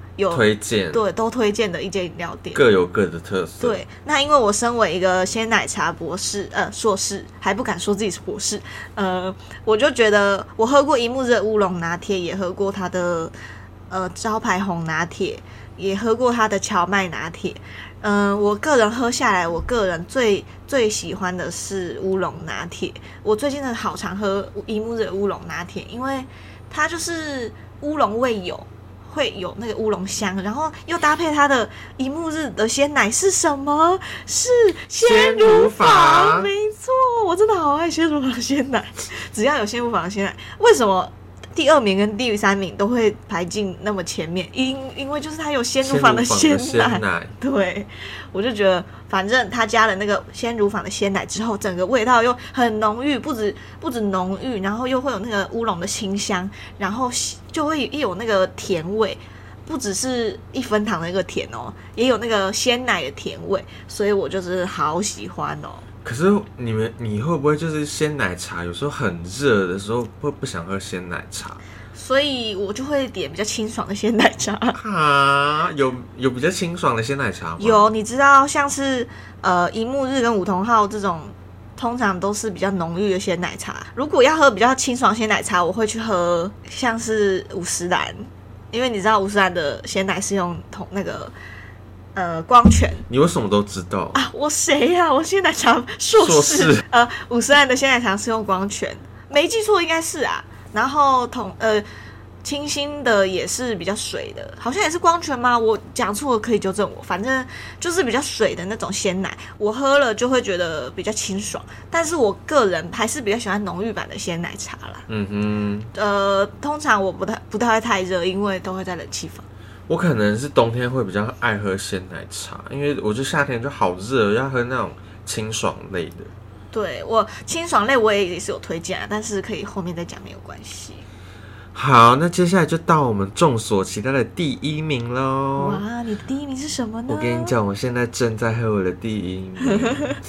有推荐， 对，都推荐的一间饮料店， 各有各的特色。 对，那因为我身为一个鲜奶茶博士，呃，硕士，还不敢说自己是博士，呃，我就觉得我喝过一木日的乌龙拿铁，也喝过它的呃招牌红拿铁，也喝过它的荞麦拿铁。嗯、呃，我个人喝下来，我个人最最喜欢的是乌龙拿铁。我最近真的好常喝一木日的乌龙拿铁，因为它就是乌龙味有。会有那个乌龙香，然后又搭配它的一木日的鲜奶是什么？是鲜乳坊，没错，我真的好爱鲜乳坊的鲜奶。只要有鲜乳坊的鲜奶，为什么第二名跟第三名都会排进那么前面？因因为就是它有鲜乳坊的鲜奶， 奶对，我就觉得反正它加了那个鲜乳坊的鲜奶之后，整个味道又很浓郁，不止不止浓郁，然后又会有那个乌龙的清香，然后就会有那个甜味。不只是一分糖的那个甜哦，也有那个鲜奶的甜味，所以我就是好喜欢哦。 可是你们你会不会就是鲜奶茶有时候很热的时候会不想喝鲜奶茶？ 所以我就会点比较清爽的鲜奶茶。 啊，有有比较清爽的鲜奶茶吗？ 有，你知道像是呃一木日跟梧桐号这种，通常都是比较浓郁的鲜奶茶。如果要喝比较清爽鲜奶茶，我会去喝像是五十兰。因为你知道五十兰的鲜奶是用同那个呃光泉， 你为什么都知道啊？我谁呀、啊？我鲜奶茶硕士，硕士呃，五十兰的鲜奶茶是用光泉，没记错应该是啊。然后同呃清新的也是比较水的，好像也是光泉吗？我讲错了可以纠正我。反正就是比较水的那种鲜奶，我喝了就会觉得比较清爽。但是我个人还是比较喜欢浓郁版的鲜奶茶啦。 嗯哼， 呃，通常我不太不太会太热，因为都会在冷气房。 我可能是冬天会比较爱喝鲜奶茶，因为我觉得夏天就好热，要喝那种清爽类的。 对，我清爽类我也是有推荐啊，但是可以后面再讲，没有关系。 好，那接下来就到我们众所期待的第一名喽！ 哇，你的第一名是什么呢？ 我跟你讲，我现在正在喝我的第一名。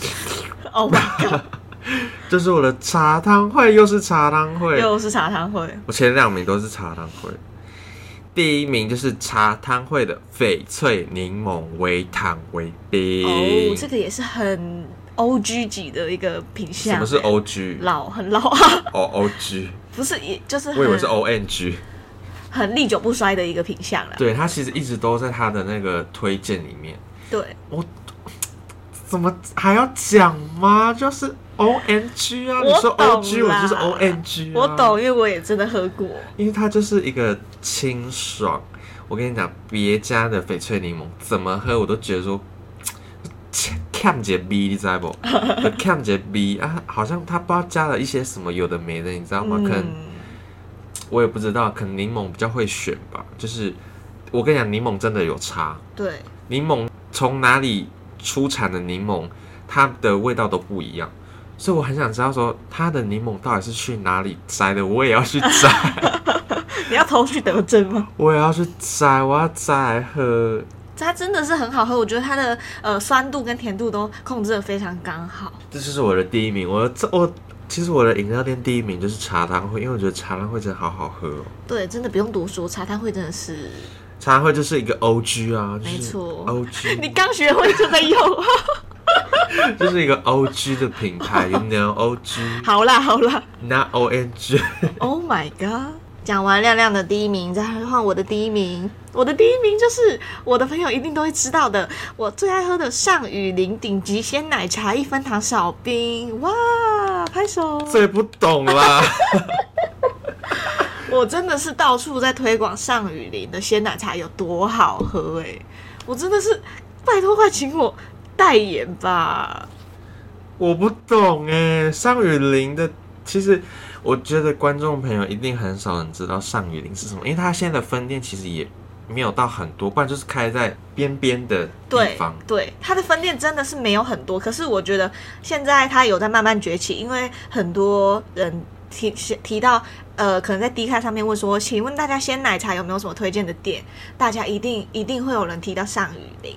Oh my god！ 就是我的茶汤会，又是茶汤会， 又是茶汤会。 我前两名都是茶汤会，第一名就是茶汤会的翡翠柠檬微糖微冰。 哦，这个也是很 O G 级的一个品相。 什么是 O G？ 老，很老啊。 哦 ，O G。 不是，也就是我以为是 O N G， 很历久不衰的一个品相啦。 对，它其实一直都在它的那个推荐里面。 对， 我怎么还要讲吗？就是 O N G 啊，你说 O G， 我就是 O N G 啊。 我懂，因为我也真的喝过。 因为它就是一个清爽。我跟你讲，别家的翡翠柠檬怎么喝，我都觉得说。欠一个味，你知不？欠一个味啊，好像他不知道加了一些什么有的没的，你知道吗？嗯、可能我也不知道，可能柠檬比较会选吧。就是我跟你讲，柠檬真的有差。 对， 柠檬从哪里出产的柠檬，它的味道都不一样。所以我很想知道说，它的柠檬到底是去哪里摘的？我也要去摘。 你要偷去得证吗？ 我也要去摘，我要摘来喝。 它真的是很好喝，我觉得它的呃酸度跟甜度都控制得非常刚好。 这就是我的第一名，我我其实我的饮料店第一名就是茶汤会，因为我觉得茶汤会真的好好喝哦。 对，真的不用多说，茶汤会真的是茶汤会就是一个 O G 啊， 没错 ，O G。 你刚学会就在用， 就是一个 O G 的品牌 ，You know O G。 好啦好啦 ，Not O N G。Oh my god！ 讲完亮亮的第一名，再换我的第一名。我的第一名就是我的朋友一定都会知道的，我最爱喝的上雨林顶级鲜奶茶一分糖少冰。哇，拍手！ 最不懂啦。 我真的是到处在推广上雨林的鲜奶茶有多好喝哎、欸！我真的是拜托快请我代言吧。 我不懂哎、欸，上雨林的其实。我觉得观众朋友一定很少人知道上雨林是什么，因为它现在的分店其实也没有到很多，不然就是开在边边的地方。 对，对，它的分店真的是没有很多，可是我觉得现在它有在慢慢崛起，因为很多人提提到，呃，可能在 D 卡上面问说，请问大家鲜奶茶有没有什么推荐的店？大家一定一定会有人提到上雨林。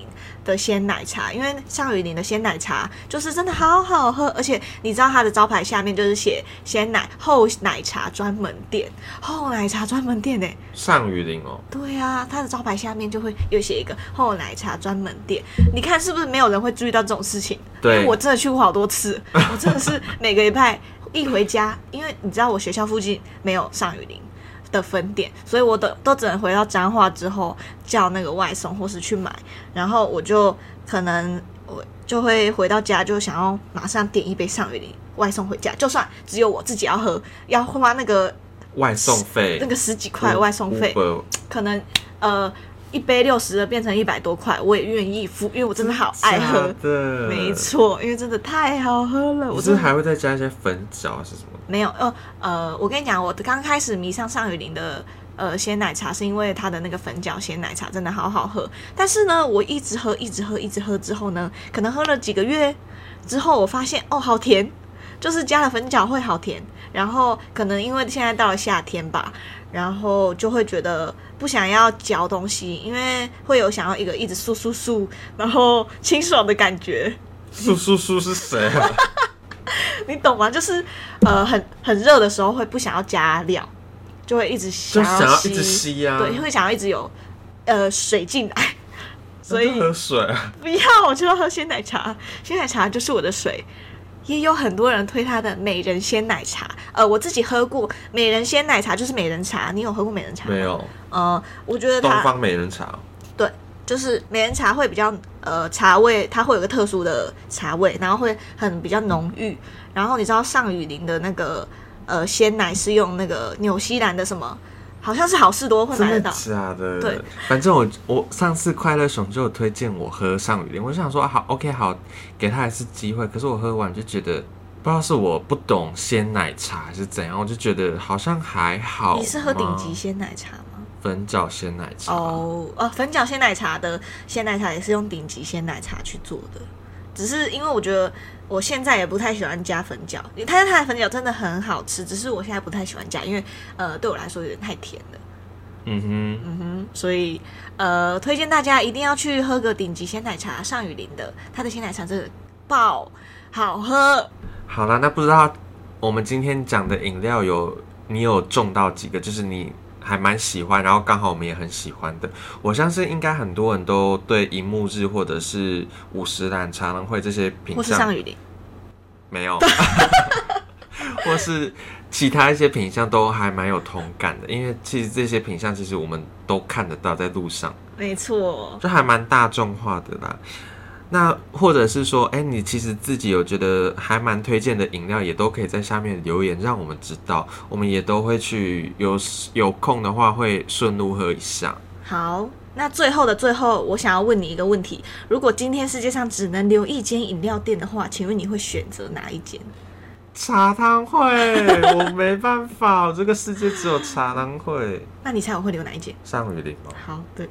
的鲜奶茶，因为上雨林的鲜奶茶就是真的好好喝，而且你知道它的招牌下面就是写鲜奶后奶茶专门店，后奶茶专门店哎， 上雨林哦， 对啊，它的招牌下面就会有写一个后奶茶专门店，你看是不是没有人会注意到这种事情？ 对， 因为我真的去过好多次，我真的是每个礼拜一回家，因为你知道我学校附近没有上雨林的分店，所以我都都只能回到彰化之后叫那个外送或是去买，然后我就可能我就会回到家就想要马上点一杯上雨林外送回家，就算只有我自己要喝，要花那个外送费那个十几块外送费，可能呃一杯六十的变成一百多块，我也愿意付，因为我真的好爱喝的， 没错，因为真的太好喝了。 我是还会再加一些粉饺是什么？ 没有，呃呃，我跟你讲，我刚开始迷上上雨林的呃鲜奶茶，是因为它的那个粉饺鲜奶茶真的好好喝。但是呢，我一直喝，一直喝，一直喝之后呢，可能喝了几个月之后，我发现哦，好甜，就是加了粉饺会好甜。然后可能因为现在到了夏天吧，然后就会觉得不想要嚼东西，因为会有想要一个一直漱漱漱，然后清爽的感觉。 漱漱漱是谁啊？ 你懂吗？就是呃，很很热的时候会不想要加料，就会一直想要吸， 就想要一直吸啊， 对，会想要一直有呃水进来，所以喝水啊， 不要，我就要喝鲜奶茶，鲜奶茶就是我的水。也有很多人推它的美人鲜奶茶，呃，我自己喝过美人鲜奶茶，就是美人茶，你有喝过美人茶吗？ 没有， 呃，我觉得它东方美人茶， 对，就是美人茶会比较呃茶味，它会有个特殊的茶味，然后会很比较浓郁。然后你知道上雨林的那个呃鲜奶是用那个纽西兰的什么，好像是好事多会买得到， 真的假的？ 对， 反正我我上次快乐熊就有推荐我喝上雨林，我就想说、啊、好 OK 好，给他一次机会。可是我喝完就觉得不知道是我不懂鲜奶茶还是怎样，我就觉得好像还好。 你是喝顶级鲜奶茶吗？ 粉饺鲜奶茶哦，呃，粉饺鲜奶茶的鲜奶茶也是用顶级鲜奶茶去做的，只是因为我觉得我现在也不太喜欢加粉饺，但是它的粉饺真的很好吃，只是我现在不太喜欢加，因为呃对我来说有点太甜了。 嗯哼， 嗯哼，所以呃推荐大家一定要去喝个顶级鲜奶茶，上雨林的，它的鲜奶茶真的爆好喝。 好啦，那不知道我们今天讲的饮料有你有中到几个？就是你还蛮喜欢，然后刚好我们也很喜欢的。我相信应该很多人都对银幕日或者是五十岚茶能会这些品项， 或是上雨林没有，或是其他一些品项都还蛮有同感的，因为其实这些品项其实我们都看得到在路上， 没错， 就还蛮大众化的啦。那或者是说，哎、欸，你其实自己有觉得还蛮推荐的饮料，也都可以在下面留言，让我们知道，我们也都会去有有空的话会顺路喝一下。 好，那最后的最后，我想要问你一个问题：如果今天世界上只能留一间饮料店的话，请问你会选择哪一间？ 茶汤会，我没办法，这个世界只有茶汤会。 那你猜我会留哪一间？ 上雨林吗？ 好，对。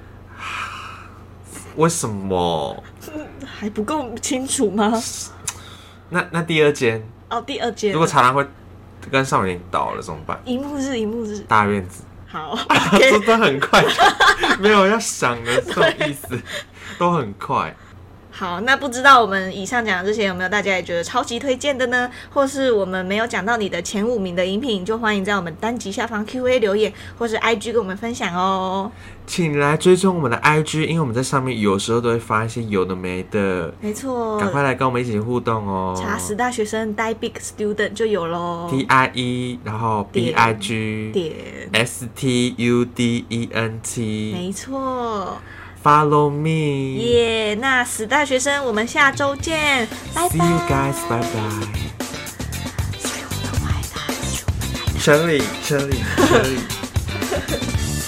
为什么？ 还不够清楚吗？ 那那第二间哦，第二间。 如果茶汤会跟上雨林倒了怎么办？ 荧幕日，荧幕日。 大院子。 好， 真的很快，没有要想的这种意思，都很快。 好，那不知道我们以上讲的这些有没有大家也觉得超级推荐的呢？或是我们没有讲到你的前五名的饮品，就欢迎在我们单集下方 Q A 留言，或是 I G 跟我们分享哦。 请来追踪我们的 I G， 因为我们在上面有时候都会发一些有的没的， 没错， 赶快来跟我们一起互动哦。 查死大学生 Die Big Student 就有咯 ，D I E， 然后 B I G 点 S T U D E N T， 没错。 Follow me， 耶、yeah, 那死大学生，我们下周见，拜拜。 See you guys， 拜拜。城里，城里，城里。